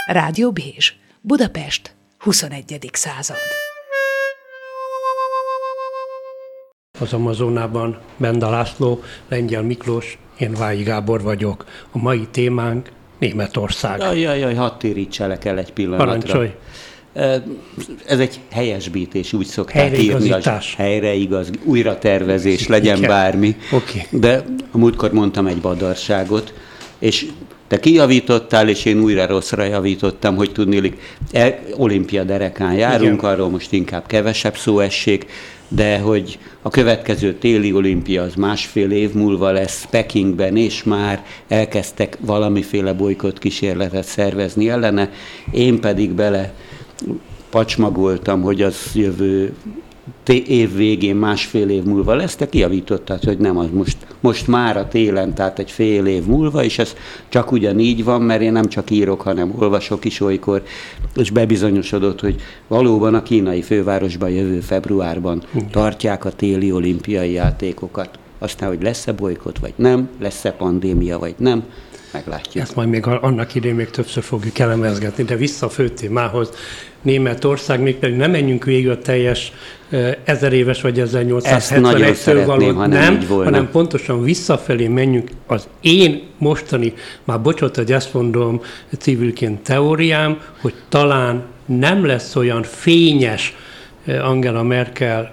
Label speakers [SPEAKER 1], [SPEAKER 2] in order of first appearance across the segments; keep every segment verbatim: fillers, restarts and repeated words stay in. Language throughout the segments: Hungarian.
[SPEAKER 1] Rádió Bézs, Budapest, huszonegyedik század.
[SPEAKER 2] Az Amazonában Benda László, Lengyel Miklós, én Vályi Gábor vagyok. A mai témánk Németország.
[SPEAKER 3] Jaj, jaj, jaj, hadd térítselek el egy pillanatra.
[SPEAKER 2] Parancsolj!
[SPEAKER 3] Ez egy helyesbítés, úgy szokták írni.
[SPEAKER 2] Helyreigazítás.
[SPEAKER 3] Újratervezés, legyen
[SPEAKER 2] Igen.
[SPEAKER 3] bármi.
[SPEAKER 2] Okay.
[SPEAKER 3] De a múltkor mondtam egy badarságot, és te kijavítottál, és én újra rosszra javítottam, hogy tudnélik, e, olimpia derekán járunk, igen. Arról most inkább kevesebb szó essék, de hogy a következő téli olimpia az másfél év múlva lesz Pekingben, és már elkezdtek valamiféle bolykott kísérletet szervezni ellene, én pedig bele pacsmagoltam, hogy az jövő év végén, másfél év múlva lesz, te kijavítottad, hogy nem az most, most már a télen, tehát egy fél év múlva, és ez csak ugyanígy van, mert én nem csak írok, hanem olvasok is olykor, és bebizonyosodott, hogy valóban a kínai fővárosban jövő februárban tartják a téli olimpiai játékokat. Aztán, hogy lesz-e bolykott, vagy nem, lesz-e pandémia, vagy nem, meglátjuk.
[SPEAKER 2] Ezt majd még annak idején még többször fogjuk elemezgetni, de vissza a fő témához. Németország, még pedig nem menjünk végig a teljes ezer éves vagy ezernyolcszázhetvenegytől való,
[SPEAKER 3] ha
[SPEAKER 2] nem,
[SPEAKER 3] nem
[SPEAKER 2] hanem pontosan visszafelé menjünk. Az én mostani, már bocsánat, hogy ezt mondom civilként teóriám, hogy talán nem lesz olyan fényes Angela Merkel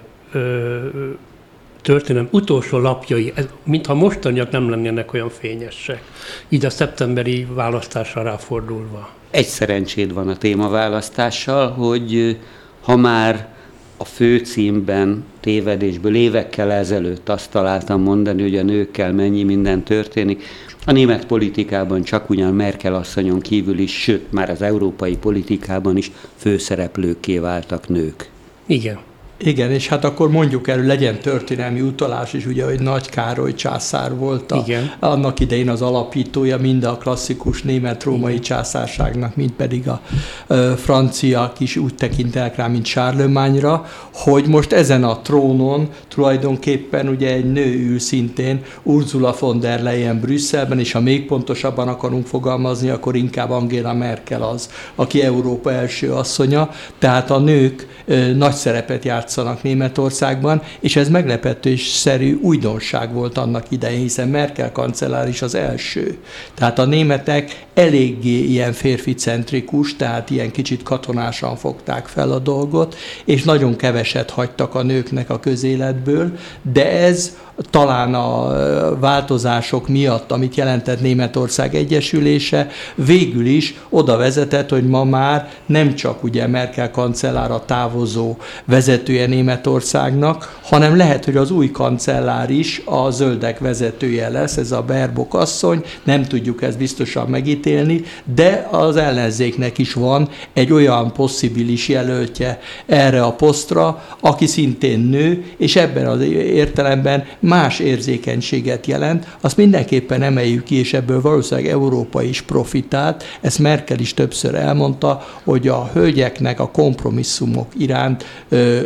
[SPEAKER 2] történelem utolsó lapjai, mintha mostaniak nem lennének olyan fényesek, így a szeptemberi választásra ráfordulva.
[SPEAKER 3] Egy szerencséd van a témaválasztással, hogy ha már a főcímben tévedésből évekkel ezelőtt azt találtam mondani, hogy a nőkkel mennyi minden történik, a német politikában csak ugyan Merkel asszonyon kívül is, sőt, már az európai politikában is főszereplőkké váltak nők.
[SPEAKER 2] Igen.
[SPEAKER 4] Igen, és hát akkor mondjuk el, legyen történelmi utalás is, ugye, hogy Nagy Károly császár volt a, annak idején az alapítója mind a klasszikus német-római császárságnak, mind pedig a ö, franciák is úgy tekintenek rá, mint Charlemagne-ra, hogy most ezen a trónon tulajdonképpen ugye egy nő ül szintén, Ursula von der Leyen Brüsszelben, és ha még pontosabban akarunk fogalmazni, akkor inkább Angela Merkel az, aki Európa első asszonya, tehát a nők ö, nagy szerepet játszanak Németországban, és ez meglepetésszerű újdonság volt annak idején, hiszen Merkel kancellár is az első. Tehát a németek eléggé ilyen férficentrikus, tehát ilyen kicsit katonásan fogták fel a dolgot, és nagyon keveset hagytak a nőknek a közéletből, de ez talán a változások miatt, amit jelentett Németország egyesülése, végül is oda vezetett, hogy ma már nem csak ugye Merkel kancellár a távozó vezetője Németországnak, hanem lehet, hogy az új kancellár is a zöldek vezetője lesz, ez a Baerbock asszony, nem tudjuk ezt biztosan megítélni, de az ellenzéknek is van egy olyan possibilis jelöltje erre a posztra, aki szintén nő, és ebben az értelemben más érzékenységet jelent, azt mindenképpen emeljük ki, és ebből valószínűleg Európa is profitált. Ezt Merkel is többször elmondta, hogy a hölgyeknek a kompromisszumok iránt ö,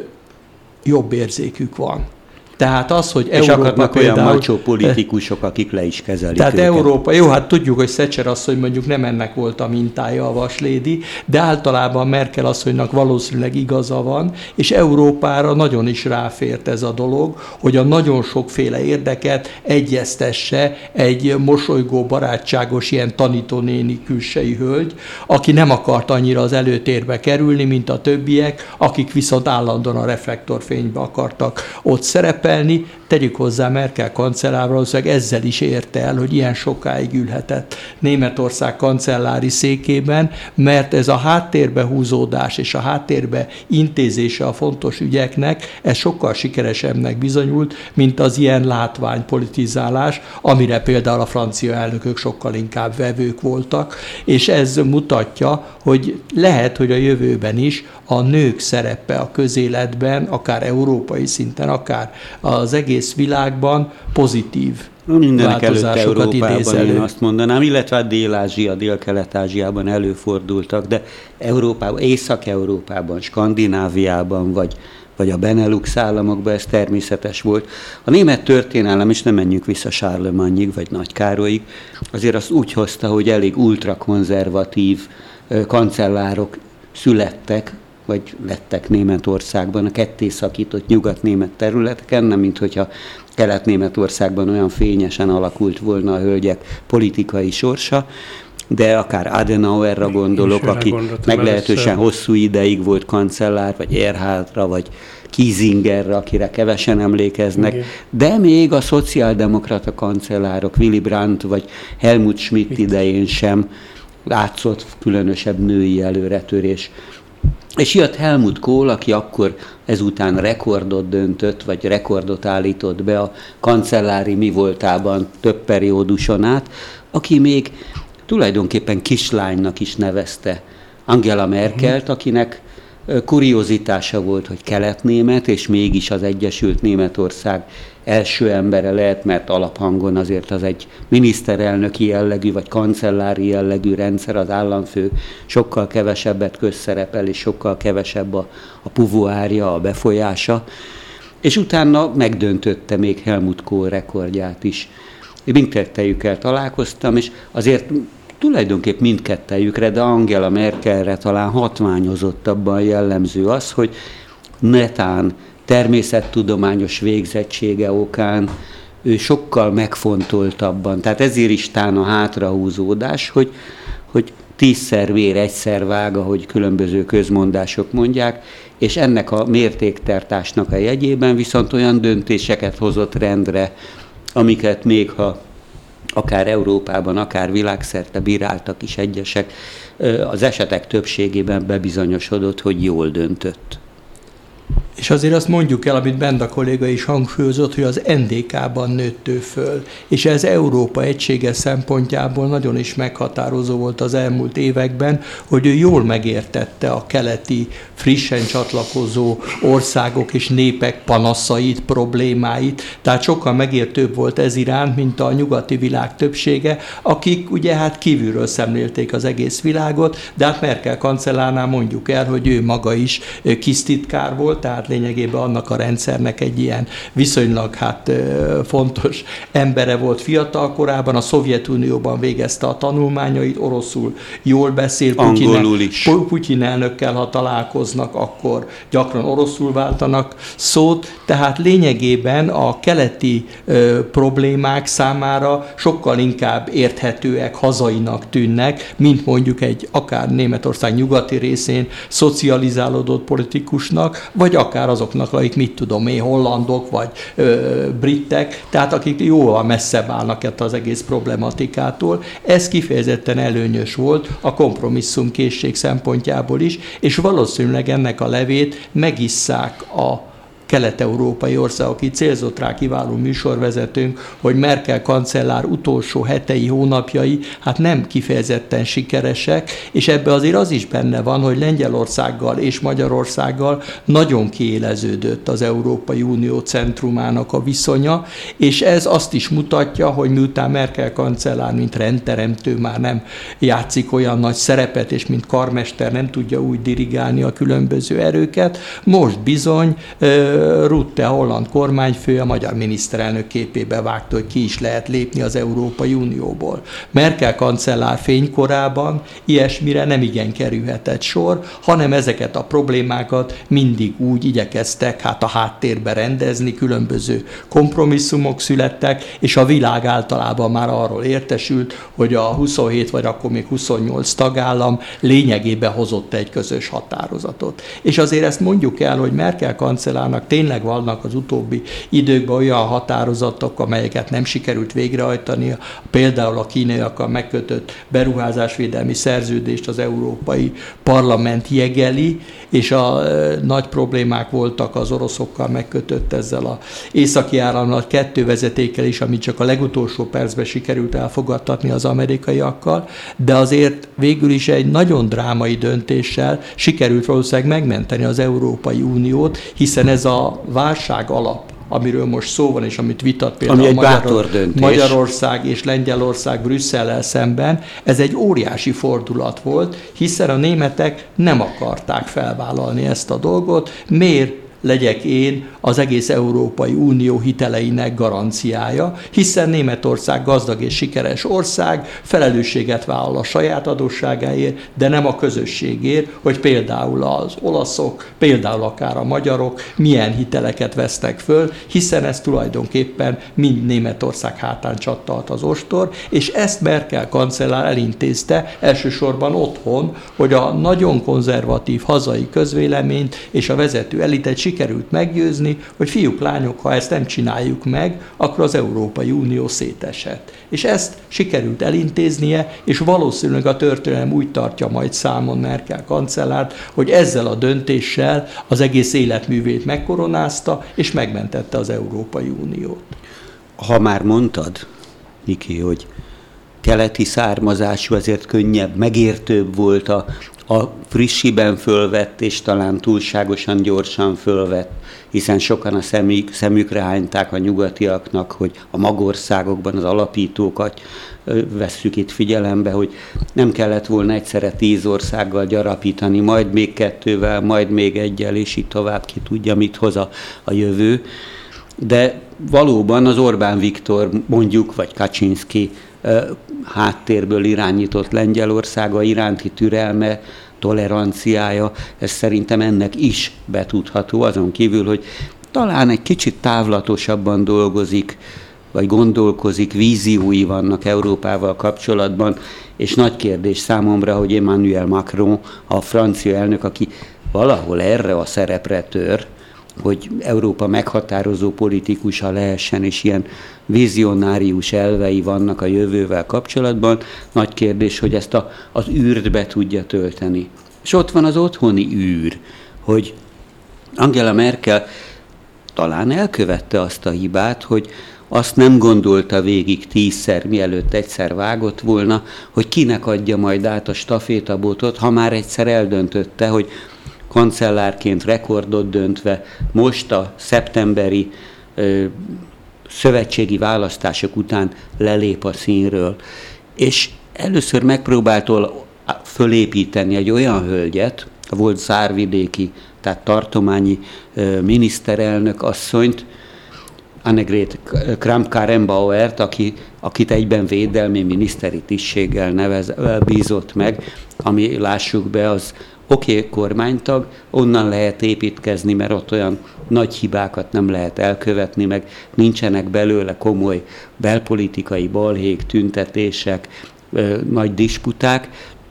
[SPEAKER 4] jobb érzékük van. Tehát az, hogy
[SPEAKER 3] és
[SPEAKER 4] Európa
[SPEAKER 3] akadnak
[SPEAKER 4] például,
[SPEAKER 3] olyan macsó politikusok, akik le is kezelik
[SPEAKER 4] Tehát
[SPEAKER 3] őket.
[SPEAKER 4] Európa, jó, hát tudjuk, hogy Thatcher asszony mondjuk nem ennek volt a mintája a vaslédi, de általában Merkel asszonynak valószínűleg igaza van, és Európára nagyon is ráfért ez a dolog, hogy a nagyon sokféle érdeket egyeztesse egy mosolygó, barátságos, ilyen tanítónéni külsei hölgy, aki nem akart annyira az előtérbe kerülni, mint a többiek, akik viszont állandóan a reflektorfénybe akartak ott szerepelni. Tegyük hozzá, Merkel kancellár valószínűleg ezzel is érte el, hogy ilyen sokáig ülhetett Németország kancellári székében, mert ez a háttérbe húzódás és a háttérbe intézése a fontos ügyeknek, ez sokkal sikeresebbnek bizonyult, mint az ilyen látványpolitizálás, amire például a francia elnökök sokkal inkább vevők voltak, és ez mutatja, hogy lehet, hogy a jövőben is a nők szerepe a közéletben, akár európai szinten, akár az egész világban pozitív
[SPEAKER 3] mindenek előtt
[SPEAKER 4] változásokat idéz elő.
[SPEAKER 3] Én azt mondanám, illetve a Dél-Ázsia, Dél-Kelet-Ázsiában előfordultak, de Európában, Észak-Európában, Skandináviában, vagy, vagy a Benelux államokban ez természetes volt. A német történelem, és nem menjünk vissza Charlemagneig, vagy Nagy Károlyig, azért azt úgy hozta, hogy elég ultrakonzervatív kancellárok születtek, vagy lettek Németországban, a ketté szakított nyugat-német területeken, nem mint hogyha Kelet-Németországban olyan fényesen alakult volna a hölgyek politikai sorsa, de akár Adenauerra gondolok, aki meglehetősen hosszú ideig volt kancellár, vagy Erhardtra, vagy Kiesingerre, akire kevesen emlékeznek, igen. De még a szociáldemokrata kancellárok, Willy Brandt vagy Helmut Schmidt idején sem látszott különösebb női előretörés. És jött Helmut Kohl, aki akkor ezután rekordot döntött, vagy rekordot állított be a kancellári mi voltában több perióduson át, aki még tulajdonképpen kislánynak is nevezte Angela Merkelt, akinek kuriozitása volt, hogy keletnémet, és mégis az Egyesült Németország első embere lehet, mert alaphangon azért az egy miniszterelnöki jellegű, vagy kancellári jellegű rendszer, az államfő sokkal kevesebbet közszerepel, és sokkal kevesebb a, a puvuárja, a befolyása, és utána megdöntötte még Helmut Kohl rekordját is. Mindkettejükkel találkoztam, és azért tulajdonképp mindkettejükre, de Angela Merkelre talán hatványozottabban jellemző az, hogy netán természettudományos végzettsége okán ő sokkal megfontoltabban, tehát ezért is tán a hátrahúzódás, hogy, hogy tízszer vér, egyszer vág, ahogy különböző közmondások mondják, és ennek a mértéktartásnak a jegyében viszont olyan döntéseket hozott rendre, amiket még ha akár Európában, akár világszerte bíráltak is egyesek, az esetek többségében bebizonyosodott, hogy jól döntött.
[SPEAKER 4] És azért azt mondjuk el, amit Benda kolléga is hangsúlyozott, hogy az en dé ká-ban nőtt ő föl, és ez Európa egysége szempontjából nagyon is meghatározó volt az elmúlt években, hogy ő jól megértette a keleti, frissen csatlakozó országok és népek panaszait, problémáit, tehát sokkal megértőbb volt ez iránt, mint a nyugati világ többsége, akik ugye hát kívülről szemlélték az egész világot, de hát Merkel kancellárnál mondjuk el, hogy ő maga is kisztitkár volt, tehát lényegében annak a rendszernek egy ilyen viszonylag hát fontos embere volt fiatal korában, a Szovjetunióban végezte a tanulmányait, oroszul jól beszél,
[SPEAKER 3] angolul is.
[SPEAKER 4] Putyin elnökkel, ha találkoznak, akkor gyakran oroszul váltanak szót, tehát lényegében a keleti ö, problémák számára sokkal inkább érthetőek, hazainak tűnnek, mint mondjuk egy akár Németország nyugati részén szocializálódott politikusnak, vagy akár azoknak, akik mit tudom én, hollandok, vagy ö, britek, tehát akik jóval messzebb állnak ettől az egész problematikától. Ez kifejezetten előnyös volt a kompromisszumkészség szempontjából is, és valószínűleg ennek a levét megisszák a kelet-európai országok. Itt célzott rá kiváló műsorvezetőnk, hogy Merkel kancellár utolsó hetei, hónapjai hát nem kifejezetten sikeresek, és ebbe azért az is benne van, hogy Lengyelországgal és Magyarországgal nagyon kiéleződött az Európai Unió centrumának a viszonya, és ez azt is mutatja, hogy miután Merkel kancellár, mint rendteremtő már nem játszik olyan nagy szerepet, és mint karmester nem tudja úgy dirigálni a különböző erőket, most bizony Rutte, holland kormányfő, a magyar miniszterelnök képébe vágta, hogy ki is lehet lépni az Európai Unióból. Merkel kancellár fénykorában ilyesmire nem igen kerülhetett sor, hanem ezeket a problémákat mindig úgy igyekeztek hát a háttérbe rendezni, különböző kompromisszumok születtek, és a világ általában már arról értesült, hogy a huszonhét vagy akkor még huszonnyolc tagállam lényegében hozott egy közös határozatot. És azért ezt mondjuk el, hogy Merkel kancellárnak tényleg vannak az utóbbi időkben olyan határozatok, amelyeket nem sikerült végrehajtani, például a kínaiakkal megkötött beruházásvédelmi szerződést az Európai Parlament jegeli, és a e, nagy problémák voltak az oroszokkal megkötött ezzel az északi áramlat kettő vezetékkel is, amit csak a legutolsó percben sikerült elfogadtatni az amerikaiakkal, de azért végül is egy nagyon drámai döntéssel sikerült valószínűleg megmenteni az Európai Uniót, hiszen ez a válság alap, amiről most szó van, és amit vitat például Magyar, Magyarország és Lengyelország Brüsszellel szemben, ez egy óriási fordulat volt, hiszen a németek nem akarták felvállalni ezt a dolgot. Miért legyek én az egész Európai Unió hiteleinek garanciája, hiszen Németország gazdag és sikeres ország, felelősséget vállal a saját adósságáért, de nem a közösségért, hogy például az olaszok, például akár a magyarok milyen hiteleket vesznek föl, hiszen ez tulajdonképpen mind Németország hátán csattalt az ostor, és ezt Merkel kancellár elintézte elsősorban otthon, hogy a nagyon konzervatív hazai közvéleményt és a vezető elitet sikerült meggyőzni, hogy fiúk, lányok, ha ezt nem csináljuk meg, akkor az Európai Unió szétesett. És ezt sikerült elintéznie, és valószínűleg a történelem úgy tartja majd számon Merkel kancellárt, hogy ezzel a döntéssel az egész életművét megkoronázta, és megmentette az Európai Uniót.
[SPEAKER 3] Ha már mondtad, Niki, hogy keleti származású, azért könnyebb, megértőbb volt a, a frissiben fölvett, és talán túlságosan gyorsan fölvett, hiszen sokan a szemük, szemükre hányták a nyugatiaknak, hogy a magországokban az alapítókat vesszük itt figyelembe, hogy nem kellett volna egyszerre tíz országgal gyarapítani, majd még kettővel, majd még egyel, és így tovább, ki tudja, mit hoz a, a jövő. De valóban az Orbán Viktor, mondjuk, vagy Kaczynszki háttérből irányított Lengyelországa iránti türelme, toleranciája, ez szerintem ennek is betudható, azon kívül, hogy talán egy kicsit távlatosabban dolgozik, vagy gondolkozik, víziói vannak Európával kapcsolatban, és nagy kérdés számomra, hogy Emmanuel Macron, a francia elnök, aki valahol erre a szerepre tör, hogy Európa meghatározó politikusa lehessen, és ilyen vizionárius elvei vannak a jövővel kapcsolatban. Nagy kérdés, hogy ezt a, az űrt be tudja tölteni. És ott van az otthoni űr, hogy Angela Merkel talán elkövette azt a hibát, hogy azt nem gondolta végig tízszer, mielőtt egyszer vágott volna, hogy kinek adja majd át a stafétabotot, ha már egyszer eldöntötte, hogy kancellárként rekordot döntve most a szeptemberi ö, szövetségi választások után lelép a színről. És először megpróbáltól fölépíteni egy olyan hölgyet, volt szárvidéki, tehát tartományi ö, miniszterelnök asszonyt, Annegret Kramp-Karrenbauert, aki, akit egyben védelmi miniszteri tisztséggel nevez, bízott meg, ami lássuk be, az oké, okay, kormánytag, onnan lehet építkezni, mert ott olyan nagy hibákat nem lehet elkövetni, meg nincsenek belőle komoly belpolitikai balhék, tüntetések, ö, nagy disputák,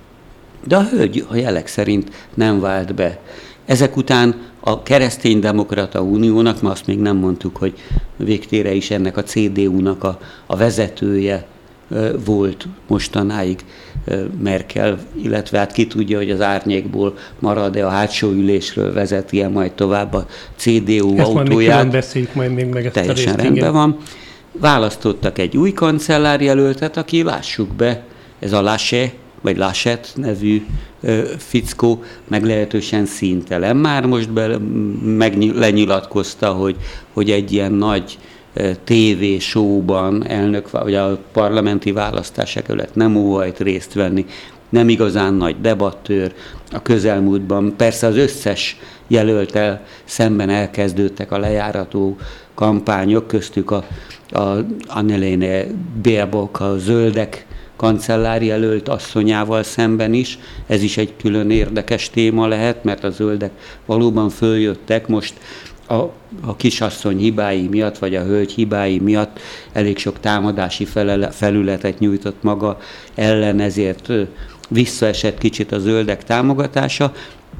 [SPEAKER 3] de a hölgy a jelek szerint nem vált be. Ezek után a Kereszténydemokrata Uniónak, ma azt még nem mondtuk, hogy végtére is ennek a cé dé u-nak a, a vezetője ö, volt mostanáig ö, Merkel, illetve hát ki tudja, hogy az árnyékból marad-e, a hátsó ülésről vezeti-e majd tovább a cé dé u
[SPEAKER 2] ezt
[SPEAKER 3] autóját.
[SPEAKER 2] Ezt majd beszéljük majd még meg ezt a részt.
[SPEAKER 3] Teljesen rendben van. Választottak egy új kancellárjelöltet, aki, lássuk be, ez a Laschet, vagy Laschet nevű ö, fickó meglehetősen színtelen. Már most be, meg lenyilatkozta, hogy, hogy egy ilyen nagy ö, tévésóban elnök, vagy a parlamenti választások előtt nem óhajt részt venni, nem igazán nagy debattőr a közelmúltban. Persze az összes jelölttel szemben elkezdődtek a lejárató kampányok, köztük a, a Annalena Baerbock, a zöldek kancellárjelölt asszonyával szemben is. Ez is egy külön érdekes téma lehet, mert a zöldek valóban följöttek most a, a kisasszony hibái miatt, vagy a hölgy hibái miatt elég sok támadási felele, felületet nyújtott maga ellen, ezért visszaesett kicsit a zöldek támogatása,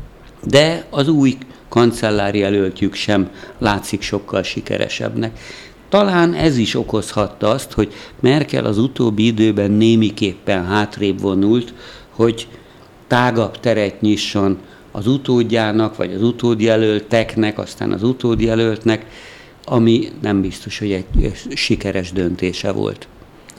[SPEAKER 3] de az új kancellárjelöltjük sem látszik sokkal sikeresebbnek. Talán ez is okozhatta azt, hogy Merkel az utóbbi időben némiképpen hátrébb vonult, hogy tágabb teret nyisson az utódjának, vagy az utódjelölteknek, aztán az utódjelöltnek, ami nem biztos, hogy egy sikeres döntése volt.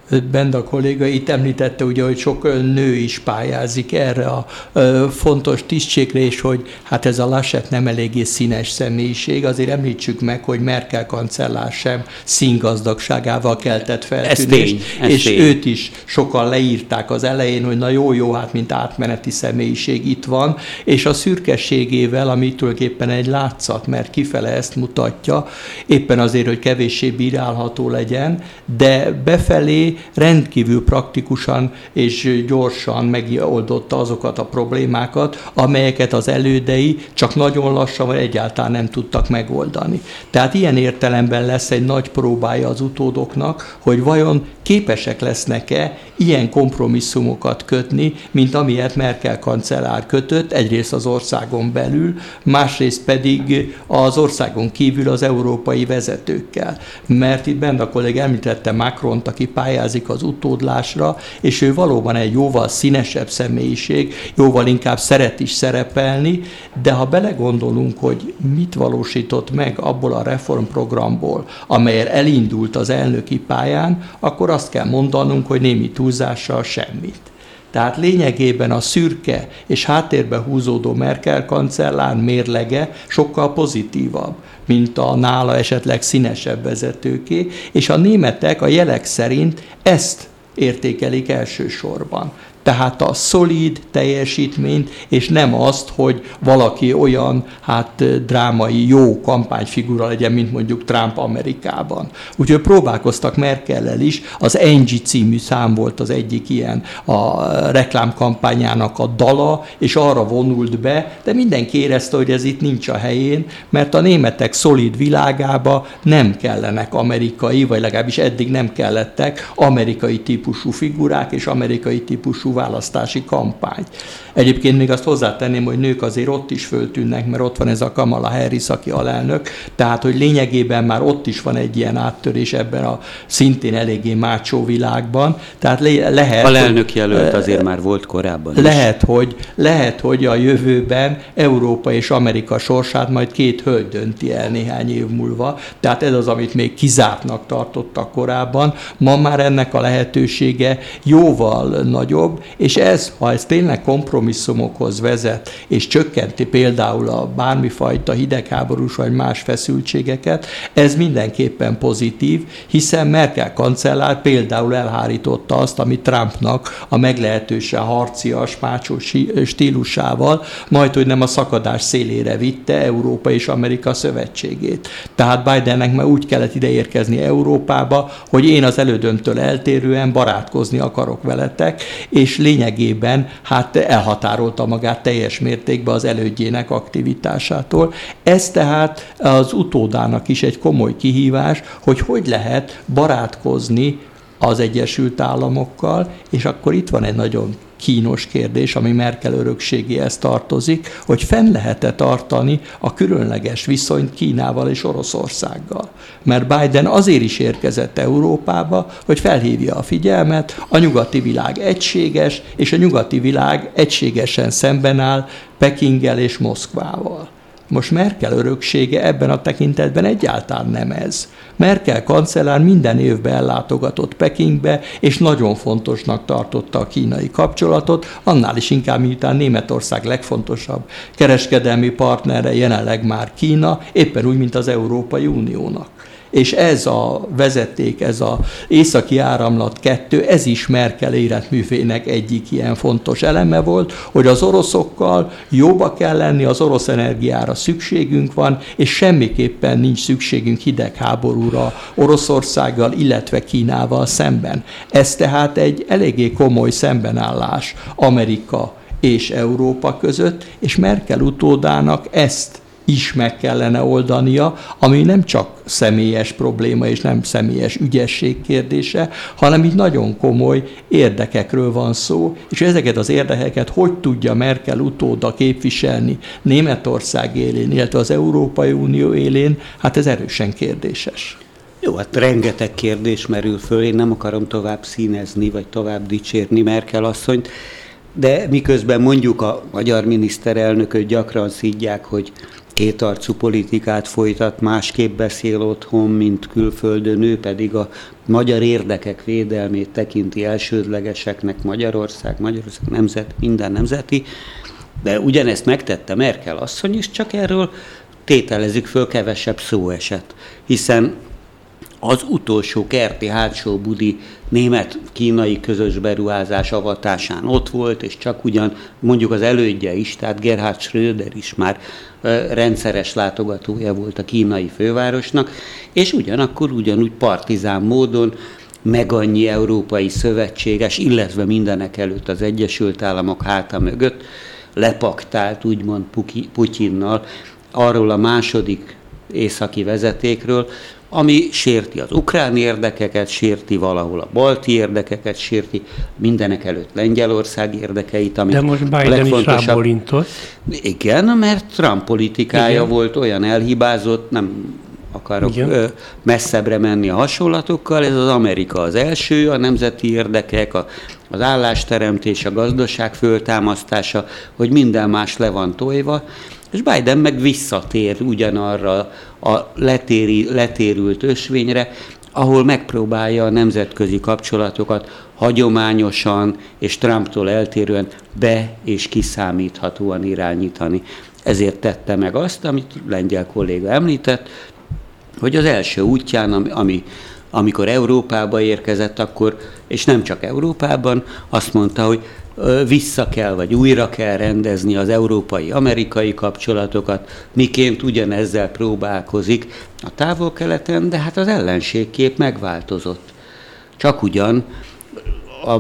[SPEAKER 4] Benda kolléga itt említette, ugye, hogy sok nő is pályázik erre a fontos tisztségre, és hogy hát ez a Laschet nem eléggé színes személyiség. Azért említsük meg, hogy Merkel kancellár sem színgazdagságával keltett feltűnést, és tény. Őt is sokan leírták az elején, hogy na jó-jó, hát mint átmeneti személyiség itt van, és a szürkességével, ami tulajdonképpen egy látszat, mert kifele ezt mutatja, éppen azért, hogy kevéssé bírálható legyen, de befelé rendkívül praktikusan és gyorsan megoldotta azokat a problémákat, amelyeket az elődei csak nagyon lassan vagy egyáltalán nem tudtak megoldani. Tehát ilyen értelemben lesz egy nagy próbája az utódoknak, hogy vajon képesek lesznek-e ilyen kompromisszumokat kötni, mint amilyet Merkel kancellár kötött, egyrészt az országon belül, másrészt pedig az országon kívül az európai vezetőkkel. Mert itt Benda kollég említette Macront, aki pályázik az utódlásra, és ő valóban egy jóval színesebb személyiség, jóval inkább szeret is szerepelni, de ha belegondolunk, hogy mit valósított meg abból a reformprogramból, amelyel elindult az elnöki pályán, akkor azt kell mondanunk, hogy némi túlzással semmit. Tehát lényegében a szürke és háttérbe húzódó Merkel kancellár mérlege sokkal pozitívabb, mint a nála esetleg színesebb vezetőké, és a németek a jelek szerint ezt értékelik elsősorban. Tehát a szolíd teljesítményt, és nem azt, hogy valaki olyan hát drámai, jó kampányfigura legyen, mint mondjuk Trump Amerikában. Úgyhogy próbálkoztak Merkellel is, az en gé című szám volt az egyik ilyen a reklámkampányának a dala, és arra vonult be, de mindenki érezte, hogy ez itt nincs a helyén, mert a németek szolíd világába nem kellenek amerikai, vagy legalábbis eddig nem kellettek amerikai típusú figurák és amerikai típusú választási kampány. Egyébként még azt hozzátenném, hogy nők azért ott is föltűnnek, mert ott van ez a Kamala Harris, aki alelnök, tehát hogy lényegében már ott is van egy ilyen áttörés ebben a szintén eléggé mácsó világban. Tehát le- lehet,
[SPEAKER 3] alelnök jelölt azért már volt korábban is.
[SPEAKER 4] Lehet, hogy, lehet, hogy a jövőben Európa és Amerika sorsát majd két hölgy dönti el néhány év múlva. Tehát ez az, amit még kizártnak tartottak korábban. Ma már ennek a lehetősége jóval nagyobb, és ez, ha ez tényleg kompromisszumokhoz vezet, és csökkenti például a bármifajta hidegháborús vagy más feszültségeket, ez mindenképpen pozitív, hiszen Merkel kancellár például elhárította azt, amit Trumpnak a meglehetősen harcias, mácsó stílusával, majd, hogy nem a szakadás szélére vitte Európa és Amerika szövetségét. Tehát Bidennek már úgy kellett ide érkezni Európába, hogy én az elődömtől eltérően barátkozni akarok veletek, és lényegében hát elhatárolta magát teljes mértékben az elődjének aktivitásától. Ez tehát az utódának is egy komoly kihívás, hogy hogy lehet barátkozni az Egyesült Államokkal, és akkor itt van egy nagyon kínos kérdés, ami Merkel örökségéhez tartozik, hogy fenn lehet-e tartani a különleges viszonyt Kínával és Oroszországgal. Mert Biden azért is érkezett Európába, hogy felhívja a figyelmet, a nyugati világ egységes, és a nyugati világ egységesen szemben áll Pekinggel és Moszkvával. Most Merkel öröksége ebben a tekintetben egyáltalán nem ez. Merkel kancellár minden évben ellátogatott Pekingbe, és nagyon fontosnak tartotta a kínai kapcsolatot, annál is inkább, miután Németország legfontosabb kereskedelmi partnere jelenleg már Kína, éppen úgy, mint az Európai Uniónak. És ez a vezeték, ez az északi áramlat kettő, ez is Merkel életművének egyik ilyen fontos eleme volt, hogy az oroszokkal jóba kell lenni, az orosz energiára szükségünk van, és semmiképpen nincs szükségünk hidegháborúra Oroszországgal, illetve Kínával szemben. Ez tehát egy eléggé komoly szembenállás Amerika és Európa között, és Merkel utódának ezt is meg kellene oldania, ami nem csak személyes probléma és nem személyes ügyesség kérdése, hanem így nagyon komoly érdekekről van szó, és ezeket az érdekeket hogy tudja Merkel utóda képviselni Németország élén, illetve az Európai Unió élén, hát ez erősen kérdéses.
[SPEAKER 3] Jó, hát rengeteg kérdés merül föl, én nem akarom tovább színezni, vagy tovább dicsérni Merkel asszonyt, de miközben mondjuk a magyar miniszterelnököt gyakran szidják, hogy kétarcú politikát folytat, másképp beszél otthon, mint külföldön, ő pedig a magyar érdekek védelmét tekinti elsődlegeseknek, Magyarország, Magyarország nemzet, minden nemzeti, de ugyanezt megtette Merkel asszony is, csak erről tételezzük föl, kevesebb szó esett, hiszen az utolsó kerti hátsó budi német-kínai közös beruházás avatásán ott volt, és csak ugyan mondjuk az elődje is, tehát Gerhard Schröder is már rendszeres látogatója volt a kínai fővárosnak, és ugyanakkor ugyanúgy partizán módon meg annyi európai szövetséges, illetve mindenek előtt az Egyesült Államok háta mögött lepaktált úgymond Putyinnal arról a második északi vezetékről, ami sérti az ukrán érdekeket, sérti valahol a balti érdekeket, sérti mindenek előtt Lengyelország érdekeit.
[SPEAKER 2] De most Biden is rábólintott.
[SPEAKER 3] Igen, mert Trump politikája Igen. volt olyan elhibázott, nem akarok Igen. messzebbre menni a hasonlatokkal, ez az Amerika az első, a nemzeti érdekek, a, az állásteremtés, a gazdaság föltámasztása, hogy minden más le van tojva, és Biden meg visszatér ugyanarra a letéri, letérült ösvényre, ahol megpróbálja a nemzetközi kapcsolatokat hagyományosan és Trumptól eltérően be- és kiszámíthatóan irányítani. Ezért tette meg azt, amit lengyel kolléga említett, hogy az első útján, ami, amikor Európába érkezett, akkor, és nem csak Európában, azt mondta, hogy vissza kell, vagy újra kell rendezni az európai-amerikai kapcsolatokat, miként ugyanezzel próbálkozik a távol-keleten, de hát az ellenségkép megváltozott. Csak ugyan a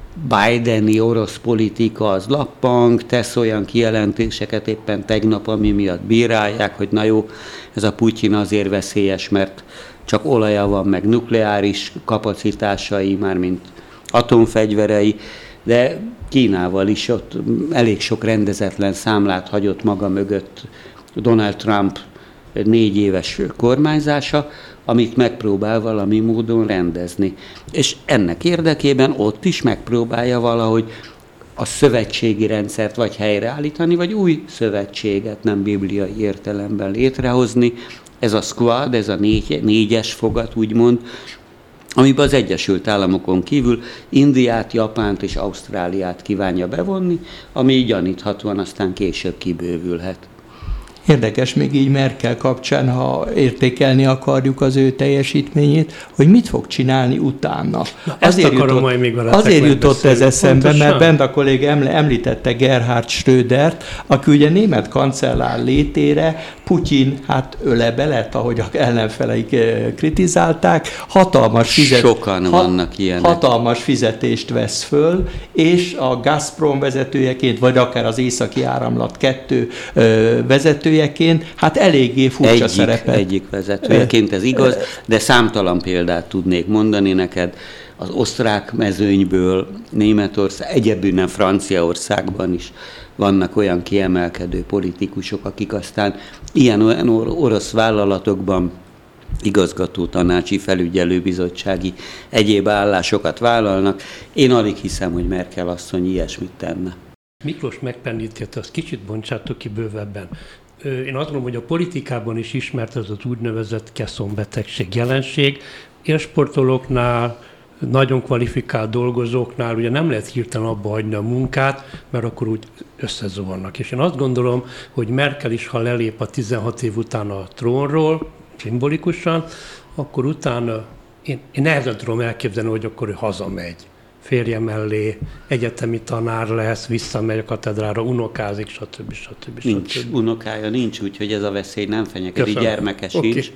[SPEAKER 3] bideni orosz politika az lappang, tesz olyan kijelentéseket éppen tegnap, ami miatt bírálják, hogy na jó, ez a Putyin azért veszélyes, mert csak olaja van, meg nukleáris kapacitásai, mármint atomfegyverei, de Kínával is ott elég sok rendezetlen számlát hagyott maga mögött Donald Trump négy éves kormányzása, amit megpróbál valami módon rendezni. És ennek érdekében ott is megpróbálja valahogy a szövetségi rendszert vagy helyreállítani, vagy új szövetséget, nem bibliai értelemben létrehozni. Ez a squad, ez a négy, négyes fogat, úgymond, amiben az Egyesült Államokon kívül Indiát, Japánt és Ausztráliát kívánja bevonni, ami gyaníthatóan aztán később kibővülhet.
[SPEAKER 4] Érdekes még így Merkel kapcsán, ha értékelni akarjuk az ő teljesítményét, hogy mit fog csinálni utána.
[SPEAKER 2] Na, azért jutott, majd még
[SPEAKER 4] azért jutott ez eszembe, mert bent a kolléga említette Gerhard Schrödert, aki ugye német kancellár létére Putyin hát öle belet, ahogy a ellenfeleik kritizálták, hatalmas, fizet,
[SPEAKER 3] Sokan vannak ilyenek.
[SPEAKER 4] hatalmas fizetést vesz föl, és a Gazprom vezetőjeként, vagy akár az Északi Áramlat kettő vezetőjeként, hát eléggé furcsa
[SPEAKER 3] egyik,
[SPEAKER 4] szerepet.
[SPEAKER 3] Egyik vezetőjeként, ez igaz, de számtalan példát tudnék mondani neked. Az osztrák mezőnyből, Németország, egyébként Franciaországban is vannak olyan kiemelkedő politikusok, akik aztán ilyen orosz vállalatokban igazgató tanácsi, felügyelőbizottsági egyéb állásokat vállalnak. Én alig hiszem, hogy Merkel asszony ilyesmit tenne.
[SPEAKER 2] Miklós megpendítette, azt kicsit bontsátok ki bővebben. Én azt gondolom, hogy a politikában is ismert ez az úgynevezett keszonbetegség jelenség. Élsportolóknál, nagyon kvalifikált dolgozóknál ugye nem lehet hirtelen abba hagyni a munkát, mert akkor úgy összezuhannak. És én azt gondolom, hogy Merkel is, ha lelép a tizenhat év után a trónról, szimbolikusan, akkor utána én, én nehezen tudom elképzelni, hogy akkor ő hazamegy. Férje mellé, egyetemi tanár lesz, visszamegy a katedrára, unokázik, stb. stb.
[SPEAKER 3] Nincs,
[SPEAKER 2] stb.
[SPEAKER 3] unokája nincs, úgyhogy ez a veszély nem fenyegeti, gyermekes
[SPEAKER 2] okay.
[SPEAKER 3] sincs.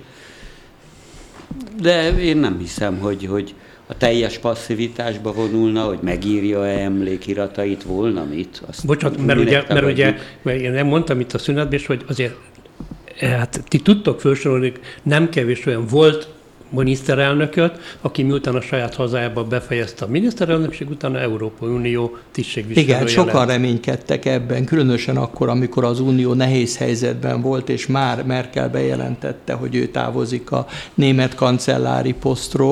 [SPEAKER 3] De én nem hiszem, hogy, hogy a teljes passzivitásba vonulna, hogy megírja-e emlékiratait, volna mit. Azt
[SPEAKER 2] Bocsánat, mert ugye, mert ugye mert én nem mondtam itt a szünetben is, hogy azért hát ti tudtok felsorolni, nem kevés olyan volt miniszterelnököt, aki miután a saját hazájában befejezte a miniszterelnökség, utána Európai Unió tisztségviselője
[SPEAKER 4] Igen, sokan
[SPEAKER 2] lett.
[SPEAKER 4] reménykedtek ebben, különösen akkor, amikor az Unió nehéz helyzetben volt, és már Merkel bejelentette, hogy ő távozik a német kancellári posztról,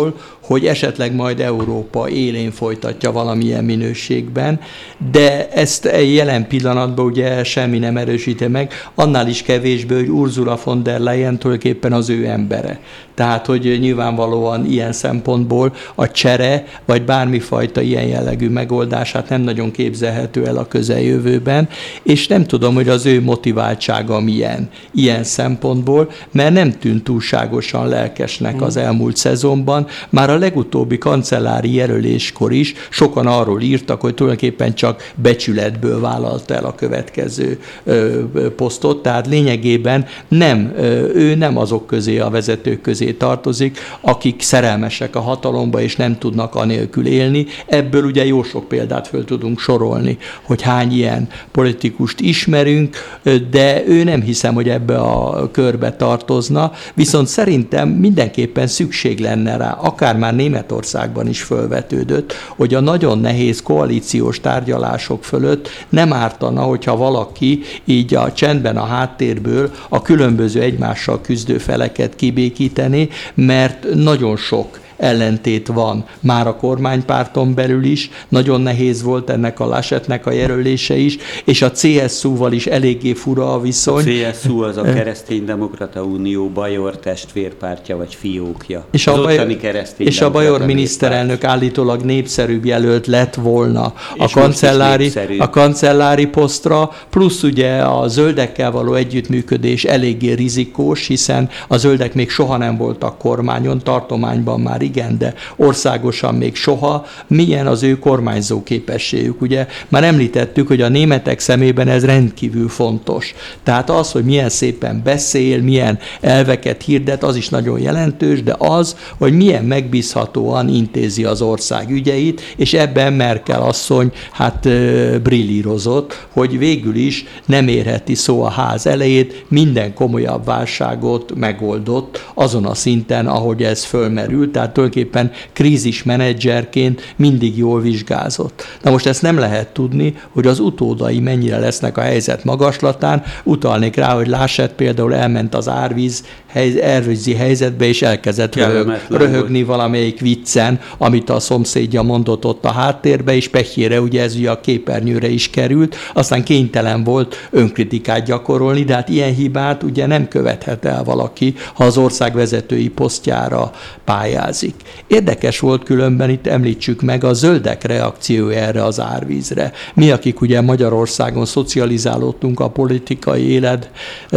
[SPEAKER 4] hogy esetleg majd Európa élén folytatja valamilyen minőségben, de ezt jelen pillanatban ugye semmi nem erősíti meg, annál is kevésbé, hogy Ursula von der Leyen tulajdonképpen az ő embere. Tehát, hogy nyilvánvalóan ilyen szempontból a csere, vagy bármifajta ilyen jellegű megoldását nem nagyon képzelhető el a közeljövőben, és nem tudom, hogy az ő motiváltsága milyen ilyen szempontból, mert nem tűnt túlságosan lelkesnek az elmúlt szezonban. Már a legutóbbi kancellári jelöléskor is sokan arról írtak, hogy tulajdonképpen csak becsületből vállalta el a következő ö, posztot, tehát lényegében nem, ö, ő nem azok közé, a vezetők közé tartozik, akik szerelmesek a hatalomba, és nem tudnak anélkül élni. Ebből ugye jó sok példát föl tudunk sorolni, hogy hány ilyen politikust ismerünk, de ő nem hiszem, hogy ebbe a körbe tartozna, viszont szerintem mindenképpen szükség lenne rá, akár már Németországban is fölvetődött, hogy a nagyon nehéz koalíciós tárgyalások fölött nem ártana, hogyha valaki így a csendben a háttérből a különböző egymással küzdő feleket kibékíteni, mert nagyon sok ellentét van már a kormánypárton belül is, nagyon nehéz volt ennek a Laschetnek a jelölése is, és a cé es u-val is eléggé fura a viszony.
[SPEAKER 3] A cé es u az a Kereszténydemokrata Unió Bajor testvérpártja vagy fiókja.
[SPEAKER 4] És a, Bajor, és a Bajor miniszterelnök állítólag népszerűbb jelölt lett volna a kancellári, a kancellári posztra, plusz ugye a zöldekkel való együttműködés eléggé rizikós, hiszen a zöldek még soha nem voltak kormányon, tartományban már igen, de országosan még soha. Milyen az ő kormányzó képességük? Ugye már említettük, hogy a németek szemében ez rendkívül fontos. Tehát az, hogy milyen szépen beszél, milyen elveket hirdet, az is nagyon jelentős, de az, hogy milyen megbízhatóan intézi az ország ügyeit, és ebben Merkel asszony hát brillírozott, hogy végül is nem érheti szó a ház elejét, minden komolyabb válságot megoldott azon a szinten, ahogy ez fölmerült, tehát tulajdonképpen krízismenedzserként mindig jól vizsgázott. Na most ezt nem lehet tudni, hogy az utódai mennyire lesznek a helyzet magaslatán. Utalnék rá, hogy Laschet például elment az árvíz árvízi helyzetbe, és elkezdett röhög, röhögni valamelyik viccen, amit a szomszédja mondott ott a háttérbe, és pehjére ugye ez ugye a képernyőre is került, aztán kénytelen volt önkritikát gyakorolni, de hát ilyen hibát ugye nem követhet el valaki, ha az ország vezetői posztjára pályázik. Érdekes volt különben, itt említsük meg a zöldek reakciója erre az árvízre. Mi, akik ugye Magyarországon szocializálódtunk a politikai élet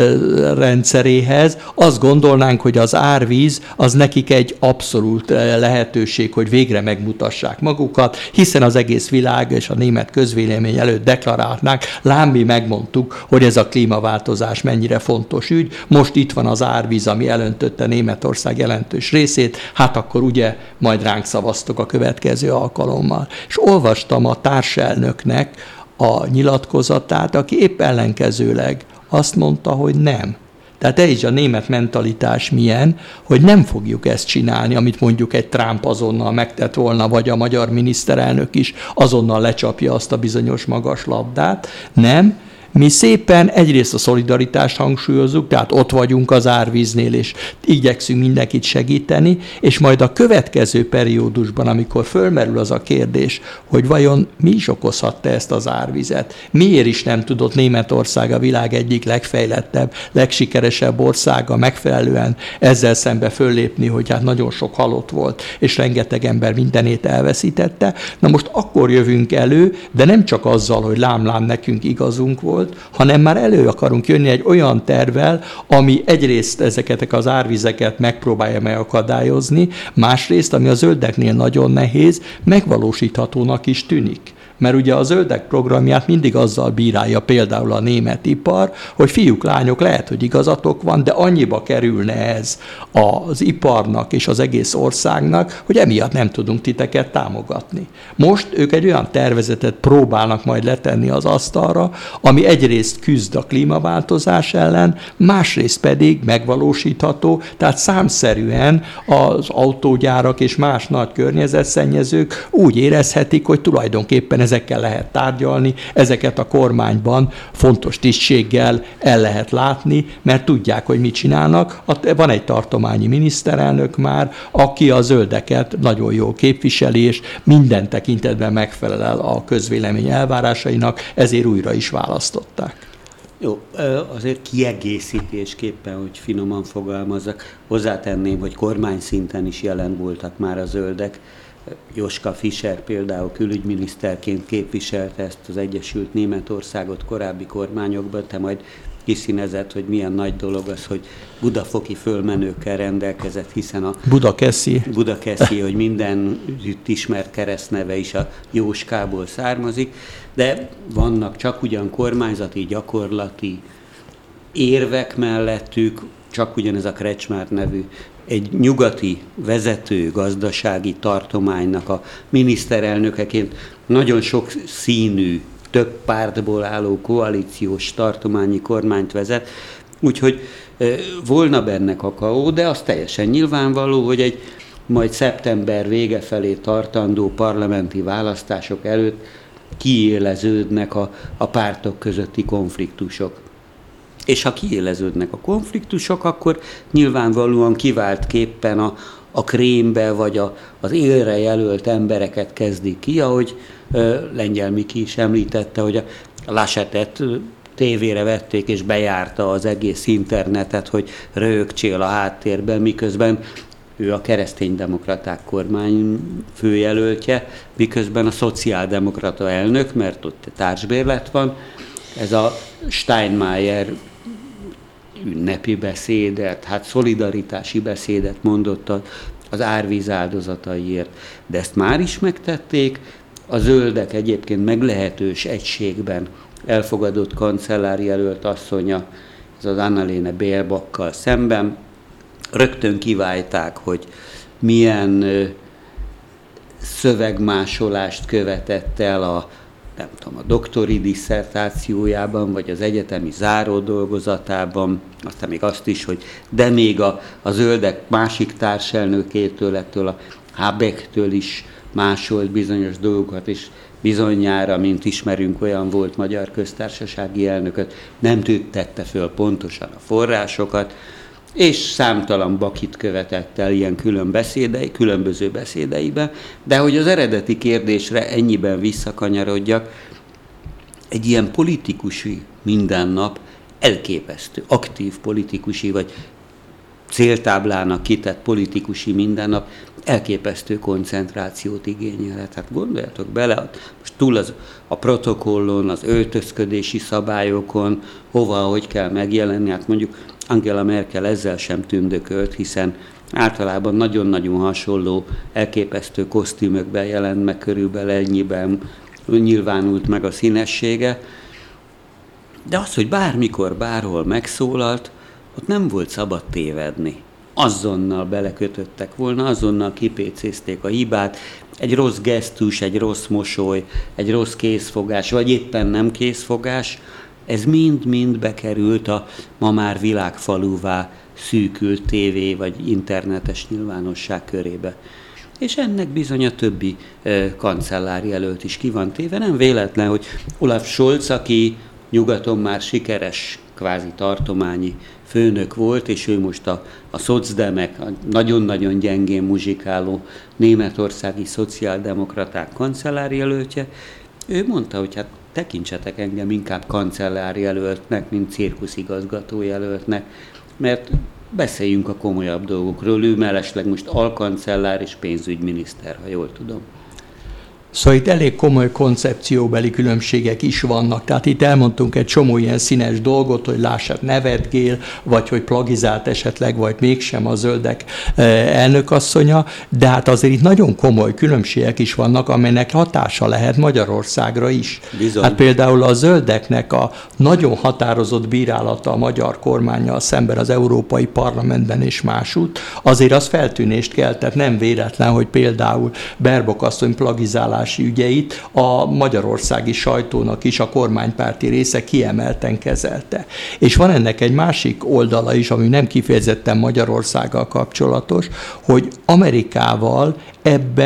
[SPEAKER 4] rendszeréhez, azt gondolnánk, hogy az árvíz az nekik egy abszolút lehetőség, hogy végre megmutassák magukat, hiszen az egész világ és a német közvélemény előtt deklarálnák, lám mi megmondtuk, hogy ez a klímaváltozás mennyire fontos ügy, most itt van az árvíz, ami elöntötte Németország jelentős részét, hát akkor ugye majd ránk szavaztok a következő alkalommal. És olvastam a társelnöknek a nyilatkozatát, aki épp ellenkezőleg azt mondta, hogy nem. Tehát ez is a német mentalitás milyen, hogy nem fogjuk ezt csinálni, amit mondjuk egy Trump azonnal megtett volna, vagy a magyar miniszterelnök is azonnal lecsapja azt a bizonyos magas labdát. Nem. Mi szépen egyrészt a szolidaritást hangsúlyozzuk, tehát ott vagyunk az árvíznél, és igyekszünk mindenkit segíteni, és majd a következő periódusban, amikor fölmerül az a kérdés, hogy vajon mi is okozhatta ezt az árvizet, miért is nem tudott Németország, a világ egyik legfejlettebb, legsikeresebb országa megfelelően ezzel szembe föllépni, hogy hát nagyon sok halott volt, és rengeteg ember mindenét elveszítette. Na most akkor jövünk elő, de nem csak azzal, hogy lám-lám nekünk igazunk volt, hanem már elő akarunk jönni egy olyan tervvel, ami egyrészt ezeket az árvizeket megpróbálja megakadályozni, másrészt, ami a zöldeknél nagyon nehéz, megvalósíthatónak is tűnik. Mert ugye a zöldek programját mindig azzal bírálja például a német ipar, hogy fiúk, lányok, lehet, hogy igazatok van, de annyiba kerülne ez az iparnak és az egész országnak, hogy emiatt nem tudunk titeket támogatni. Most ők egy olyan tervezetet próbálnak majd letenni az asztalra, ami egyrészt küzd a klímaváltozás ellen, másrészt pedig megvalósítható, tehát számszerűen az autógyárak és más nagy környezetszennyezők úgy érezhetik, hogy tulajdonképpen ez ezekkel lehet tárgyalni, ezeket a kormányban fontos tisztséggel el lehet látni, mert tudják, hogy mit csinálnak. Van egy tartományi miniszterelnök már, aki a zöldeket nagyon jól képviseli, és minden tekintetben megfelel a közvélemény elvárásainak, ezért újra is választották.
[SPEAKER 3] Jó, azért kiegészítésképpen, hogy finoman fogalmazzak, hozzátenném, hogy kormány szinten is jelen voltak már a zöldek. Joschka Fischer például külügyminiszterként képviselte ezt az Egyesült Németországot korábbi kormányokban, te majd kiszínezett, hogy milyen nagy dolog az, hogy budafoki fölmenőkkel rendelkezett, hiszen a
[SPEAKER 4] Budakeszi,
[SPEAKER 3] Budakeszi hogy minden ismert keresztneve is a Jóskából származik, de vannak csak ugyan kormányzati, gyakorlati érvek mellettük, csak ugyanez a Kretschmár nevű egy nyugati vezető gazdasági tartománynak a miniszterelnökeként nagyon sok színű, több pártból álló koalíciós tartományi kormányt vezet, úgyhogy e, volna benne kakaó, de az teljesen nyilvánvaló, hogy egy majd szeptember vége felé tartandó parlamenti választások előtt kiéleződnek a, a pártok közötti konfliktusok. És ha kiéleződnek a konfliktusok, akkor nyilvánvalóan kiváltképpen a, a krémbe vagy a, az élre jelölt embereket kezdik ki, ahogy ö, Lengyel Miki is említette, hogy a Laschetet tévére vették és bejárta az egész internetet, hogy röhögcsél a háttérben, miközben ő a kereszténydemokraták kormány főjelöltje, miközben a szociáldemokrata elnök, mert ott társbérlet van, ez a Steinmeier ünnepi beszédet, hát szolidaritási beszédet mondott az árvíz áldozataiért. De ezt már is megtették, a zöldek egyébként meglehetős egységben elfogadott kancellárjelölt asszonya, ez az Annalena Baerbockkal szemben, rögtön kiválták, hogy milyen szövegmásolást követett el a nem tudom, a doktori disszertációjában, vagy az egyetemi záródolgozatában, aztán még azt is, hogy de még a, a zöldek másik társelnökétől, ettől a Habecktől is másolt bizonyos dolgokat, és bizonyára, mint ismerünk, olyan volt magyar köztársasági elnököt, nem tüntette föl pontosan a forrásokat, és számtalan bakit követett el ilyen külön beszédei, különböző beszédeiben, de hogy az eredeti kérdésre ennyiben visszakanyarodjak, egy ilyen politikusi mindennap elképesztő, aktív politikusi, vagy céltáblának kitett politikusi mindennap elképesztő koncentrációt igényelhet. Hát gondoljatok bele, most túl az, a protokollon, az öltözködési szabályokon, hova, hogy kell megjelenni, hát mondjuk Angela Merkel ezzel sem tündökölt, hiszen általában nagyon-nagyon hasonló, elképesztő kosztümökben jelent meg, körülbelül ennyiben nyilvánult meg a színessége. De az, hogy bármikor, bárhol megszólalt, ott nem volt szabad tévedni. Azonnal belekötöttek volna, azonnal kipécézték a hibát, egy rossz gesztus, egy rossz mosoly, egy rossz készfogás, vagy éppen nem készfogás, ez mind-mind bekerült a ma már világfaluvá szűkült tévé vagy internetes nyilvánosság körébe. És ennek bizony a többi e, kancellárjelölt is ki van téve. Nem véletlen, hogy Olaf Scholz, aki nyugaton már sikeres kvázi tartományi főnök volt, és ő most a, a szocdemek, a nagyon-nagyon gyengén muzsikáló németországi szociáldemokraták kancellárjelöltje, ő mondta, hogy hát tekintsetek engem inkább kancellárjelöltnek, mint cirkuszigazgatójelöltnek, mert beszéljünk a komolyabb dolgokról, ő mellesleg most alkancellár és pénzügyminiszter, ha jól tudom.
[SPEAKER 4] Szóval itt elég komoly koncepcióbeli különbségek is vannak. Tehát itt elmondtunk egy csomó ilyen színes dolgot, hogy Laschet nevetgél, vagy hogy plagizált esetleg, vagy mégsem a zöldek elnökasszonya, de hát azért itt nagyon komoly különbségek is vannak, amelynek hatása lehet Magyarországra is.
[SPEAKER 3] Bizony.
[SPEAKER 4] Hát például a zöldeknek a nagyon határozott bírálata a magyar kormánnyal szemben az Európai Parlamentben és másút, azért az feltűnést keltett, nem véletlen, hogy például Baerbock asszony plagizálás ügyeit a magyarországi sajtónak is a kormánypárti része kiemelten kezelte. És van ennek egy másik oldala is, ami nem kifejezetten Magyarországgal kapcsolatos, hogy Amerikával ebben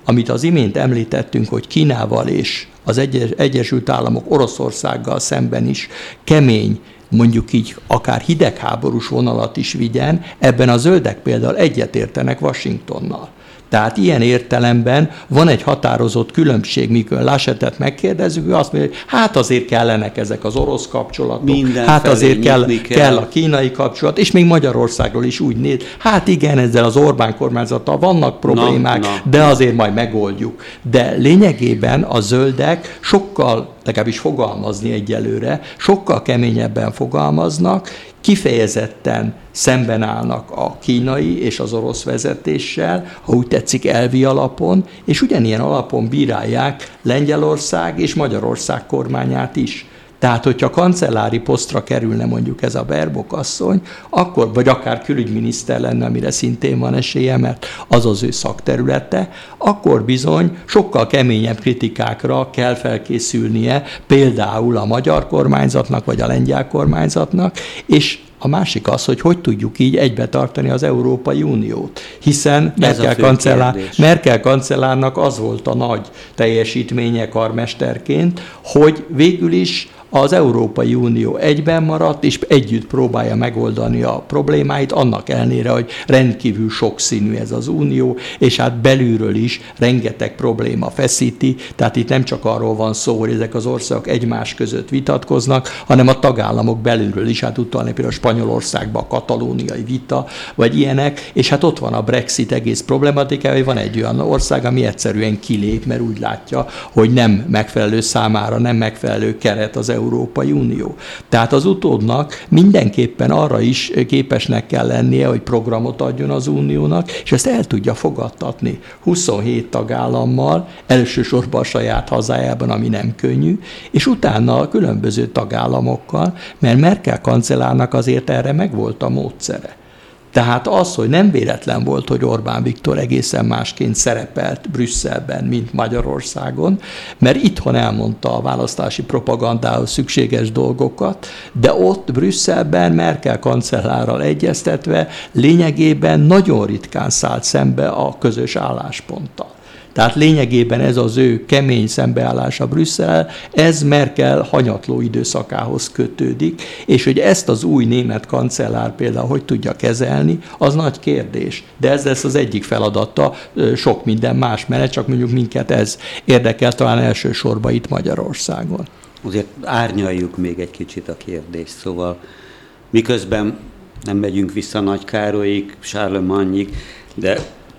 [SPEAKER 4] amit az imént említettünk, hogy Kínával és az Egyes, Egyesült Államok Oroszországgal szemben is kemény, mondjuk így akár hidegháborús vonalat is vigyen, ebben a zöldek például egyetértenek Washingtonnal. Tehát ilyen értelemben van egy határozott különbség, mikor Laschetet megkérdezzük, ő azt mondja, hogy hát azért kellenek ezek az orosz kapcsolatok, minden hát azért kell, kell. kell a kínai kapcsolat, és még Magyarországról is úgy néz, hát igen, ezzel az Orbán kormányzattal vannak problémák, na, na, de azért majd megoldjuk. De lényegében a zöldek sokkal, legalábbis fogalmazni egyelőre, sokkal keményebben fogalmaznak, kifejezetten szemben állnak a kínai és az orosz vezetéssel, ha úgy tetszik elvi alapon, és ugyanilyen alapon bírálják Lengyelország és Magyarország kormányát is. Tehát, hogyha kancellári posztra kerülne mondjuk ez a Baerbock asszony, akkor, vagy akár külügyminiszter lenne, amire szintén van esélye, mert az az ő szakterülete, akkor bizony sokkal keményebb kritikákra kell felkészülnie, például a magyar kormányzatnak, vagy a lengyel kormányzatnak, és a másik az, hogy hogy tudjuk így egybe tartani az Európai Uniót, hiszen Merkel, kancellár, Merkel kancellárnak az volt a nagy teljesítménye karmesterként, hogy végül is az Európai Unió egyben maradt, és együtt próbálja megoldani a problémáit, annak ellenére, hogy rendkívül sokszínű ez az unió, és hát belülről is rengeteg probléma feszíti, tehát itt nem csak arról van szó, hogy ezek az országok egymás között vitatkoznak, hanem a tagállamok belülről is, hát utalni például Spanyolországban a katalóniai vita, vagy ilyenek, és hát ott van a Brexit egész problematikája, hogy van egy olyan ország, ami egyszerűen kilép, mert úgy látja, hogy nem megfelelő számára, nem megfelelő keret az Európai Unió. Tehát az utódnak mindenképpen arra is képesnek kell lennie, hogy programot adjon az uniónak, és ezt el tudja fogadtatni huszonhét tagállammal, elsősorban a saját hazájában, ami nem könnyű, és utána a különböző tagállamokkal, mert Merkel kancellárnak azért erre megvolt a módszere. Tehát az, hogy nem véletlen volt, hogy Orbán Viktor egészen másként szerepelt Brüsszelben, mint Magyarországon, mert itthon elmondta a választási propagandához szükséges dolgokat, de ott Brüsszelben Merkel kancellárral egyeztetve lényegében nagyon ritkán szállt szembe a közös állásponttal. Tehát lényegében ez az ő kemény szembeállása Brüsszel, ez Merkel hanyatló időszakához kötődik, és hogy ezt az új német kancellár például hogy tudja kezelni, az nagy kérdés. De ez lesz az egyik feladata sok minden más mellett, csak mondjuk minket ez érdekel talán elsősorban itt Magyarországon.
[SPEAKER 3] Azért árnyaljuk még egy kicsit a kérdést, szóval miközben nem megyünk vissza Nagy Károlyig, Charlemagneig, de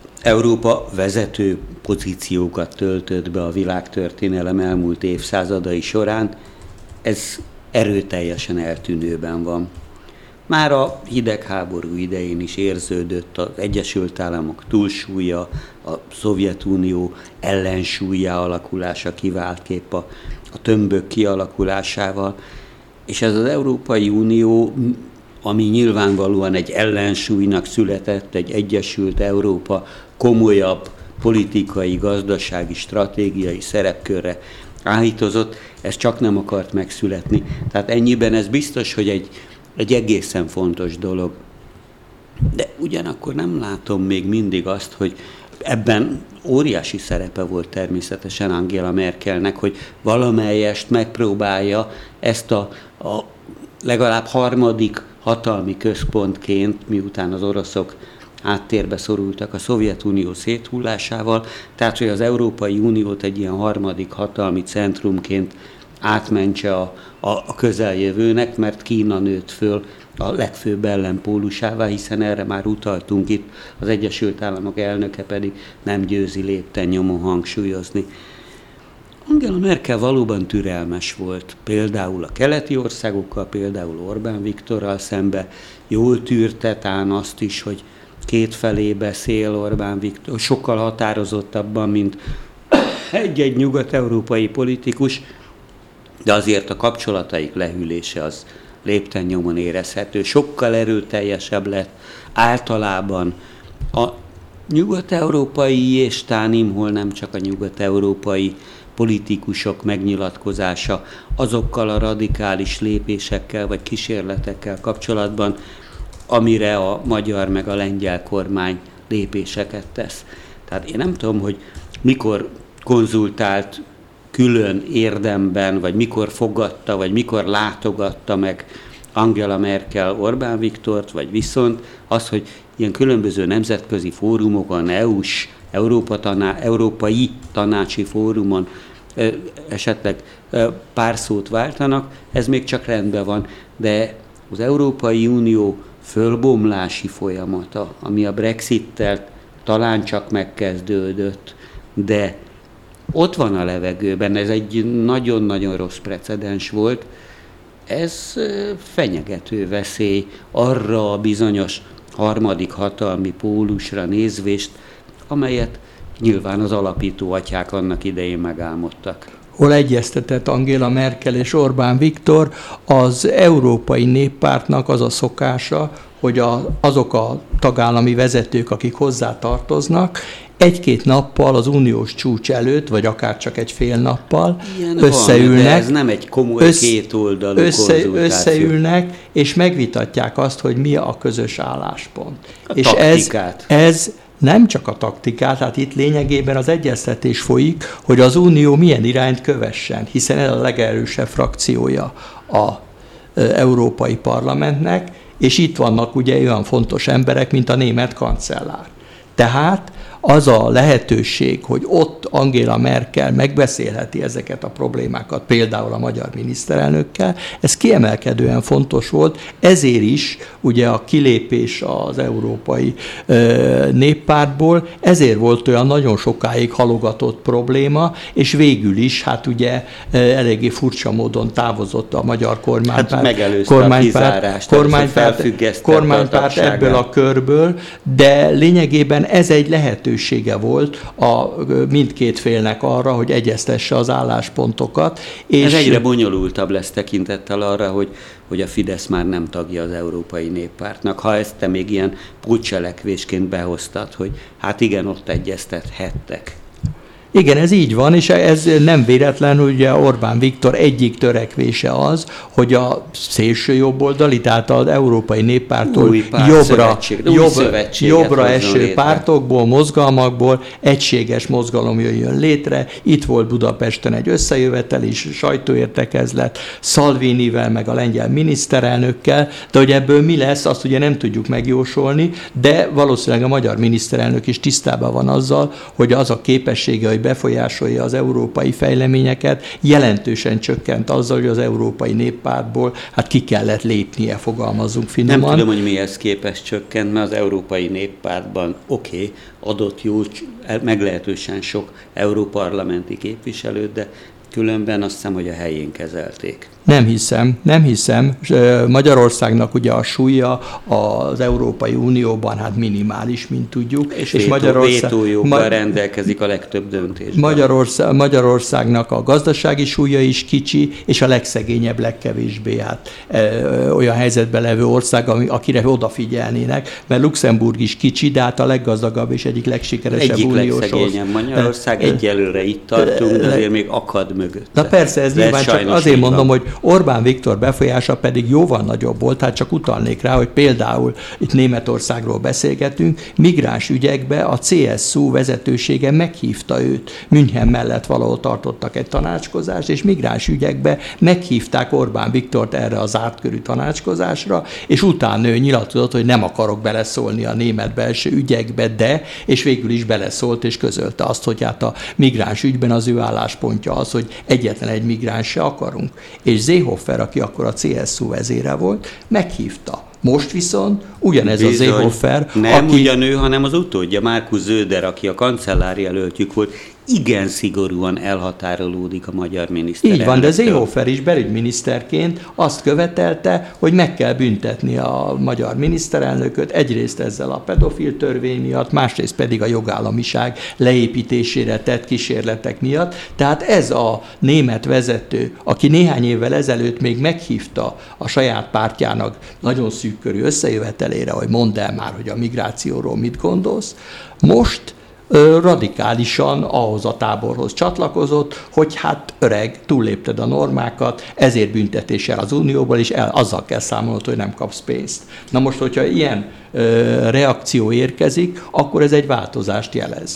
[SPEAKER 3] Európa vezető pozíciókat töltött be a világtörténelem elmúlt évszázadai során, ez erőteljesen eltűnőben van. Már a hidegháború idején is érződött az Egyesült Államok túlsúlya, a Szovjetunió ellensúlya alakulása kiváltképp a, a tömbök kialakulásával, és ez az Európai Unió, ami nyilvánvalóan egy ellensúlynak született, egy Egyesült Európa komolyabb politikai, gazdasági, stratégiai szerepkörre állítozott, ez csak nem akart megszületni. Tehát ennyiben ez biztos, hogy egy, egy egészen fontos dolog. De ugyanakkor nem látom még mindig azt, hogy ebben óriási szerepe volt természetesen Angela Merkelnek, hogy valamelyest megpróbálja ezt a, a legalább harmadik hatalmi központként, miután az oroszok háttérbe szorultak a Szovjetunió széthullásával, tehát hogy az Európai Uniót egy ilyen harmadik hatalmi centrumként átmentse a, a, a közeljövőnek, mert Kína nőtt föl a legfőbb ellenpólusává, hiszen erre már utaltunk itt, az Egyesült Államok elnöke pedig nem győzi lépten nyomon hangsúlyozni. Angela Merkel valóban türelmes volt, például a keleti országokkal, például Orbán Viktorral szembe, jól tűrte tán azt is, hogy kétfelé beszél Orbán Viktor, sokkal határozottabban, mint egy-egy nyugat-európai politikus, de azért a kapcsolataik lehűlése az lépten nyomon érezhető, sokkal erőteljesebb lett általában a nyugat-európai, és tán imhol nem csak a nyugat-európai politikusok megnyilatkozása azokkal a radikális lépésekkel vagy kísérletekkel kapcsolatban, amire a magyar meg a lengyel kormány lépéseket tesz. Tehát én nem tudom, hogy mikor konzultált külön érdemben, vagy mikor fogadta, vagy mikor látogatta meg Angela Merkel Orbán Viktort, vagy viszont az, hogy ilyen különböző nemzetközi fórumokon, é u-s, Európa taná, Európai Tanácsi Fórumon esetleg pár szót váltanak, ez még csak rendben van, de az Európai Unió fölbomlási folyamata, ami a Brexittel talán csak megkezdődött, de ott van a levegőben, ez egy nagyon-nagyon rossz precedens volt, ez fenyegető veszély arra a bizonyos harmadik hatalmi pólusra nézvést, amelyet nyilván az alapító atyák annak idején megálmodtak.
[SPEAKER 4] Hol egyeztetett Angela Merkel és Orbán Viktor, az Európai Néppártnak az a szokása, hogy a, azok a tagállami vezetők, akik hozzá tartoznak, egy-két nappal az uniós csúcs előtt, vagy akár csak egy fél nappal
[SPEAKER 3] ilyen
[SPEAKER 4] összeülnek.
[SPEAKER 3] Van, ez nem egy komoly össze, kétoldalú
[SPEAKER 4] össze,
[SPEAKER 3] konzultáció.
[SPEAKER 4] Összeülnek, és megvitatják azt, hogy mi a közös álláspont.
[SPEAKER 3] A
[SPEAKER 4] és
[SPEAKER 3] taktikát.
[SPEAKER 4] Ez, ez nem csak a taktikát, hát itt lényegében az egyeztetés folyik, hogy az Unió milyen irányt kövessen, hiszen ez a legerősebb frakciója a Európai Parlamentnek, és itt vannak ugye olyan fontos emberek, mint a német kancellár. Tehát az a lehetőség, hogy ott Angela Merkel megbeszélheti ezeket a problémákat, például a magyar miniszterelnökkel, ez kiemelkedően fontos volt, ezért is ugye a kilépés az Európai ö, Néppártból, ezért volt olyan nagyon sokáig halogatott probléma, és végül is, hát ugye eléggé furcsa módon távozott a magyar kormánypárt.
[SPEAKER 3] Hát megelőzte
[SPEAKER 4] kormánypárt,
[SPEAKER 3] a kizárást,
[SPEAKER 4] kormánypárt, kormánypárt a ebből a körből, de lényegében ez egy lehetőség volt a mindkét félnek arra, hogy egyeztesse az álláspontokat. És
[SPEAKER 3] ez egyre bonyolultabb lesz tekintettel arra, hogy, hogy a Fidesz már nem tagja az Európai Néppártnak. Ha ezt te még ilyen pótcselekvésként behoztad, hogy hát igen, ott egyeztethettek.
[SPEAKER 4] Igen, ez így van, és ez nem véletlen, hogy ugye Orbán Viktor egyik törekvése az, hogy a szélső jobboldali, tehát az Európai Néppártól jobbra, jobbra, jobbra eső létre. Pártokból, mozgalmakból egységes mozgalom jöjjön létre. Itt volt Budapesten egy összejövetel is, sajtóértekezlet, Salvinivel, meg a lengyel miniszterelnökkel, de hogy ebből mi lesz, azt ugye nem tudjuk megjósolni, de valószínűleg a magyar miniszterelnök is tisztában van azzal, hogy az a képessége, hogy befolyásolja az európai fejleményeket, jelentősen csökkent azzal, hogy az Európai Néppártból hát ki kellett lépnie, fogalmazzunk finoman.
[SPEAKER 3] Nem tudom, hogy mihez képest csökkent, mert az Európai Néppártban oké, okay, adott jó, meglehetősen sok európarlamenti képviselőt, de különben azt hiszem, hogy a helyén kezelték.
[SPEAKER 4] Nem hiszem, nem hiszem. Magyarországnak ugye a súlya az Európai Unióban hát minimális, mint tudjuk.
[SPEAKER 3] És, és Magyarország vétójoggal ma, rendelkezik a legtöbb döntésben.
[SPEAKER 4] Magyarország, Magyarországnak a gazdasági súlya is kicsi, és a legszegényebb, legkevésbé hát e, olyan helyzetben levő ország, ami, akire odafigyelnének, mert Luxemburg is kicsi, de hát a leggazdagabb és egyik legsikeresebb
[SPEAKER 3] egyik
[SPEAKER 4] uniós
[SPEAKER 3] ország. Egyik legszegényebb Magyarország, egy, egyelőre itt tartunk, de azért még akad mögött.
[SPEAKER 4] Na persze, ez nyilván csak azért mondom, hogy Orbán Viktor befolyása pedig jóval nagyobb volt, hát csak utalnék rá, hogy például itt Németországról beszélgetünk, migráns ügyekbe a cé es u vezetősége meghívta őt. München mellett valahol tartottak egy tanácskozást, és migráns ügyekbe meghívták Orbán Viktort erre az ártkörű tanácskozásra, és utána ő nyilatkozott, hogy nem akarok beleszólni a német belső ügyekbe, de, és végül is beleszólt, és közölte azt, hogy hát a migráns ügyben az ő álláspontja az, hogy egyetlen egy migráns se akarunk. És Seehofer, aki akkor a cé es u vezére volt, meghívta. Most viszont ugyanez Bizony. a Seehofer,
[SPEAKER 3] nem
[SPEAKER 4] aki...
[SPEAKER 3] ugyan ő, hanem az utódja, Markus Söder, aki a kancellár jelöltjük volt, igen szigorúan elhatárolódik a magyar miniszterelnöktől.
[SPEAKER 4] Így van, de Seehofer is belügyminiszterként azt követelte, hogy meg kell büntetni a magyar miniszterelnököt, egyrészt ezzel a pedofil törvény miatt, másrészt pedig a jogállamiság leépítésére tett kísérletek miatt. Tehát ez a német vezető, aki néhány évvel ezelőtt még meghívta a saját pártjának nagyon szűkkörű összejövetelére, hogy mondd el már, hogy a migrációról mit gondolsz, most radikálisan ahhoz a táborhoz csatlakozott, hogy hát öreg, túllépted a normákat, ezért büntetéssel az Unióból, és el, azzal kell számolnod, hogy nem kapsz pénzt. Na most, hogyha ilyen ö, reakció érkezik, akkor ez egy változást jelez.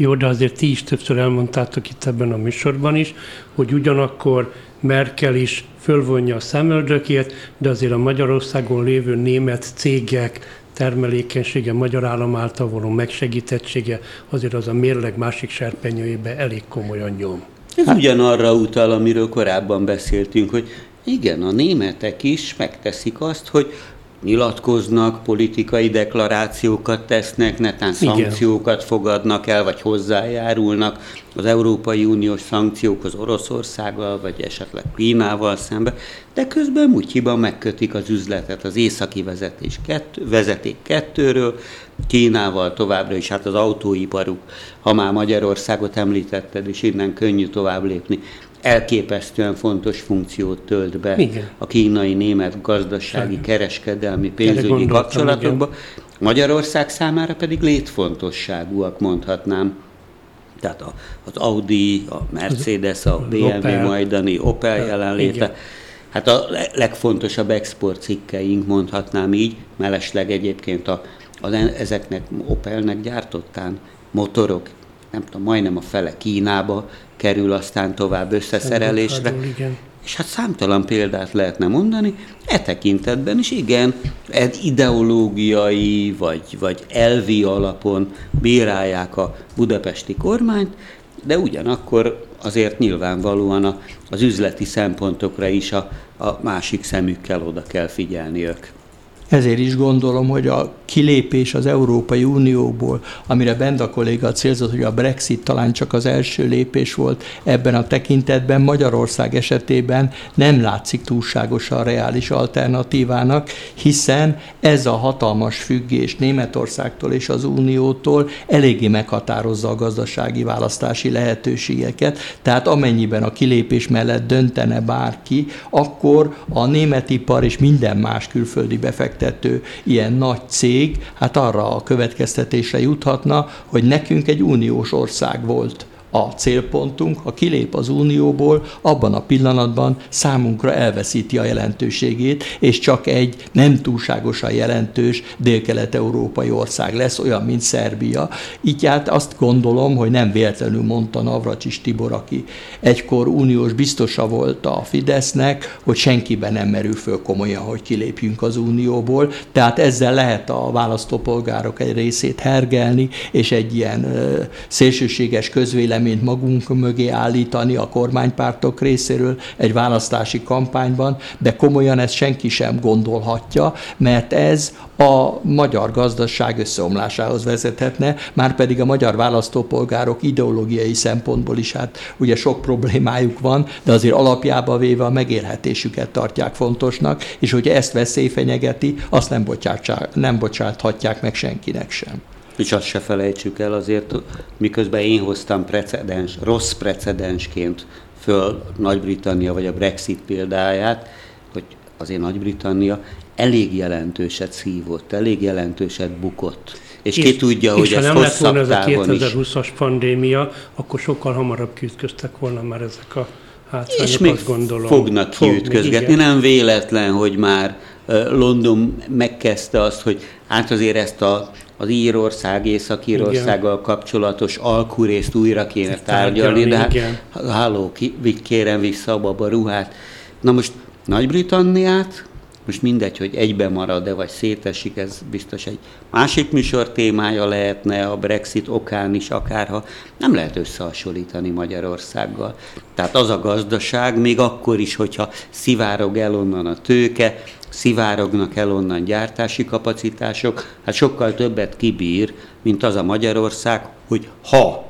[SPEAKER 2] Jó, de azért ti is többször elmondtátok itt ebben a műsorban is, hogy ugyanakkor Merkel is fölvonja a szemöldökét, de azért a Magyarországon lévő német cégek termelékenysége, magyar állam által való megsegítettsége azért az a mérleg másik serpenyőjébe elég komolyan nyom.
[SPEAKER 3] Ez hát ugyanarra utal, amiről korábban beszéltünk, hogy igen, a németek is megteszik azt, hogy nyilatkoznak, politikai deklarációkat tesznek, netán szankciókat fogadnak el, vagy hozzájárulnak az Európai Uniós szankciókhoz Oroszországgal, vagy esetleg Kínával szemben, de közben mutyiban megkötik az üzletet az északi vezetés kettő, vezeték kettőről, Kínával továbbra is, hát az autóiparuk, ha már Magyarországot említetted, és innen könnyű tovább lépni, elképesztően fontos funkciót tölt be igen. a kínai-német gazdasági, igen. kereskedelmi, pénzügyi kapcsolatokba. Igen. Magyarország számára pedig létfontosságúak, mondhatnám. Tehát az Audi, a Mercedes, a bé em vé majdani, Opel jelenléte. Igen. Hát a legfontosabb exportcikkeink, mondhatnám így, mellesleg egyébként a, a, ezeknek Opelnek gyártottán motorok, nem tudom, majdnem a fele Kínába kerül aztán tovább összeszerelésre. És hát számtalan példát lehetne mondani, e tekintetben is igen, egy ideológiai vagy, vagy elvi alapon bírálják a budapesti kormányt, de ugyanakkor azért nyilvánvalóan a, az üzleti szempontokra is a, a másik szemükkel oda kell figyelniük.
[SPEAKER 4] Ezért is gondolom, hogy a kilépés az Európai Unióból, amire Benda kolléga célzott, hogy a Brexit talán csak az első lépés volt ebben a tekintetben, Magyarország esetében nem látszik túlságosan reális alternatívának, hiszen ez a hatalmas függés Németországtól és az Uniótól eléggé meghatározza a gazdasági választási lehetőségeket, tehát amennyiben a kilépés mellett döntene bárki, akkor a német ipar és minden más külföldi befektető, ilyen nagy cég, hát arra a következtetésre juthatna, hogy nekünk egy uniós ország volt a célpontunk, ha kilép az Unióból, abban a pillanatban számunkra elveszíti a jelentőségét, és csak egy nem túlságosan jelentős délkelet-európai ország lesz, olyan, mint Szerbia. Így hát azt gondolom, hogy nem véletlenül mondta Navracsics Tibor, aki egykor uniós biztosa volt a Fidesznek, hogy senkiben nem merül föl komolyan, hogy kilépjünk az Unióból, tehát ezzel lehet a választópolgárok egy részét hergelni, és egy ilyen ö, szélsőséges közvélemény mint magunk mögé állítani a kormánypártok részéről egy választási kampányban, de komolyan ezt senki sem gondolhatja, mert ez a magyar gazdaság összeomlásához vezethetne, márpedig a magyar választópolgárok ideológiai szempontból is hát ugye sok problémájuk van, de azért alapjába véve a megélhetésüket tartják fontosnak, és hogyha ezt veszély fenyegeti, azt nem, nem bocsáthatják meg senkinek sem.
[SPEAKER 3] És azt se felejtsük el azért, miközben én hoztam precedens, rossz precedensként föl Nagy-Britannia vagy a Brexit példáját, hogy azért Nagy-Britannia elég jelentőset szívott, elég jelentőset bukott. És, és ki tudja, hogy ez hosszabb távon is. És ha nem lett volna ez a
[SPEAKER 2] kétezer-húszas pandémia, akkor sokkal hamarabb küzdöztek volna már ezek a hátrányok,
[SPEAKER 3] és még
[SPEAKER 2] azt gondolom.
[SPEAKER 3] fognak kiütközgetni. Nem véletlen, hogy már London megkezdte azt, hogy hát azért ezt a az Írország, Észak-Írországgal kapcsolatos alkurészt újra kéne tárgyalni, de hát háló, kérem vissza a babaruhát. Na most Nagy-Britanniát, most mindegy, hogy egyben marad-e, vagy szétesik, ez biztos egy másik műsor témája lehetne, a Brexit okán is, akárha nem lehet összehasonlítani Magyarországgal. Tehát az a gazdaság, még akkor is, hogyha szivárog el onnan a tőke, szivárognak el onnan gyártási kapacitások, hát sokkal többet kibír, mint az a Magyarország, hogy ha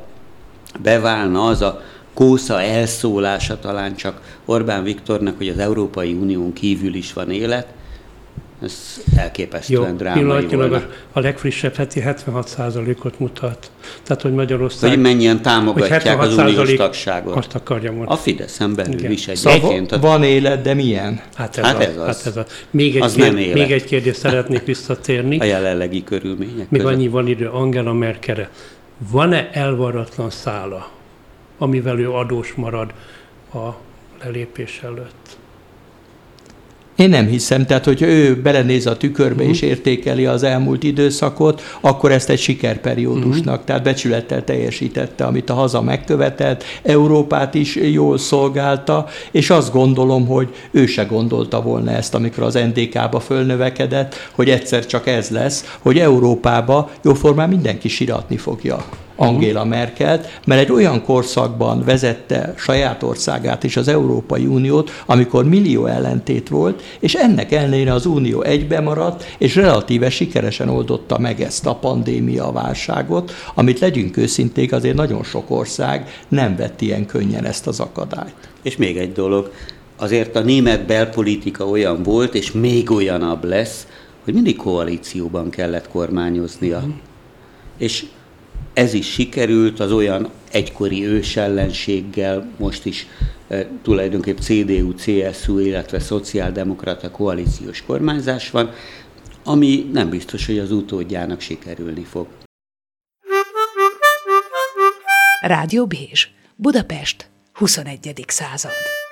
[SPEAKER 3] beválna az a kósza elszólása talán csak Orbán Viktornak, hogy az Európai Unión kívül is van élet, ez elképesztően drámai volna.
[SPEAKER 2] A, a legfrissebb heti hetvenhat százalékot mutat. Tehát, hogy Magyarország...
[SPEAKER 3] Hogy mennyien támogatják az uniós tagságot.
[SPEAKER 2] Azt akarja mondani.
[SPEAKER 3] A Fideszen belül igen. is egyébként.
[SPEAKER 4] Szóval van élet, de milyen?
[SPEAKER 2] Hát ez, hát az, ez az. Hát ez az. Még egy, az kér, még egy kérdést szeretnék visszatérni.
[SPEAKER 3] A jelenlegi körülmények
[SPEAKER 2] Még annyi van idő Angela Merkelre. Van-e elvarratlan szála, amivel ő adós marad a lelépés előtt?
[SPEAKER 4] Én nem hiszem, tehát hogyha ő belenéz a tükörbe uh-huh. és értékeli az elmúlt időszakot, akkor ezt egy sikerperiódusnak, uh-huh. tehát becsülettel teljesítette, amit a haza megkövetelt, Európát is jól szolgálta, és azt gondolom, hogy ő se gondolta volna ezt, amikor az en dé ká-ba fölnövekedett, hogy egyszer csak ez lesz, hogy Európába jóformán mindenki siratni fogja Angela Merkelt, mert egy olyan korszakban vezette saját országát és az Európai Uniót, amikor millió ellentét volt, és ennek ellenére az Unió egybe maradt, és relatíve sikeresen oldotta meg ezt a pandémia válságot, amit legyünk őszinték, azért nagyon sok ország nem vett ilyen könnyen ezt az akadályt.
[SPEAKER 3] És még egy dolog, azért a német belpolitika olyan volt, és még olyanabb lesz, hogy mindig koalícióban kellett kormányoznia. Mm. És ez is sikerült, az olyan egykori ősellenséggel, most is e, tulajdonképp cé dé u, cé es u, illetve szociáldemokrata koalíciós kormányzás van, ami nem biztos, hogy az utódjának sikerülni fog.
[SPEAKER 1] Rádió Bézs, Budapest, huszonegyedik század.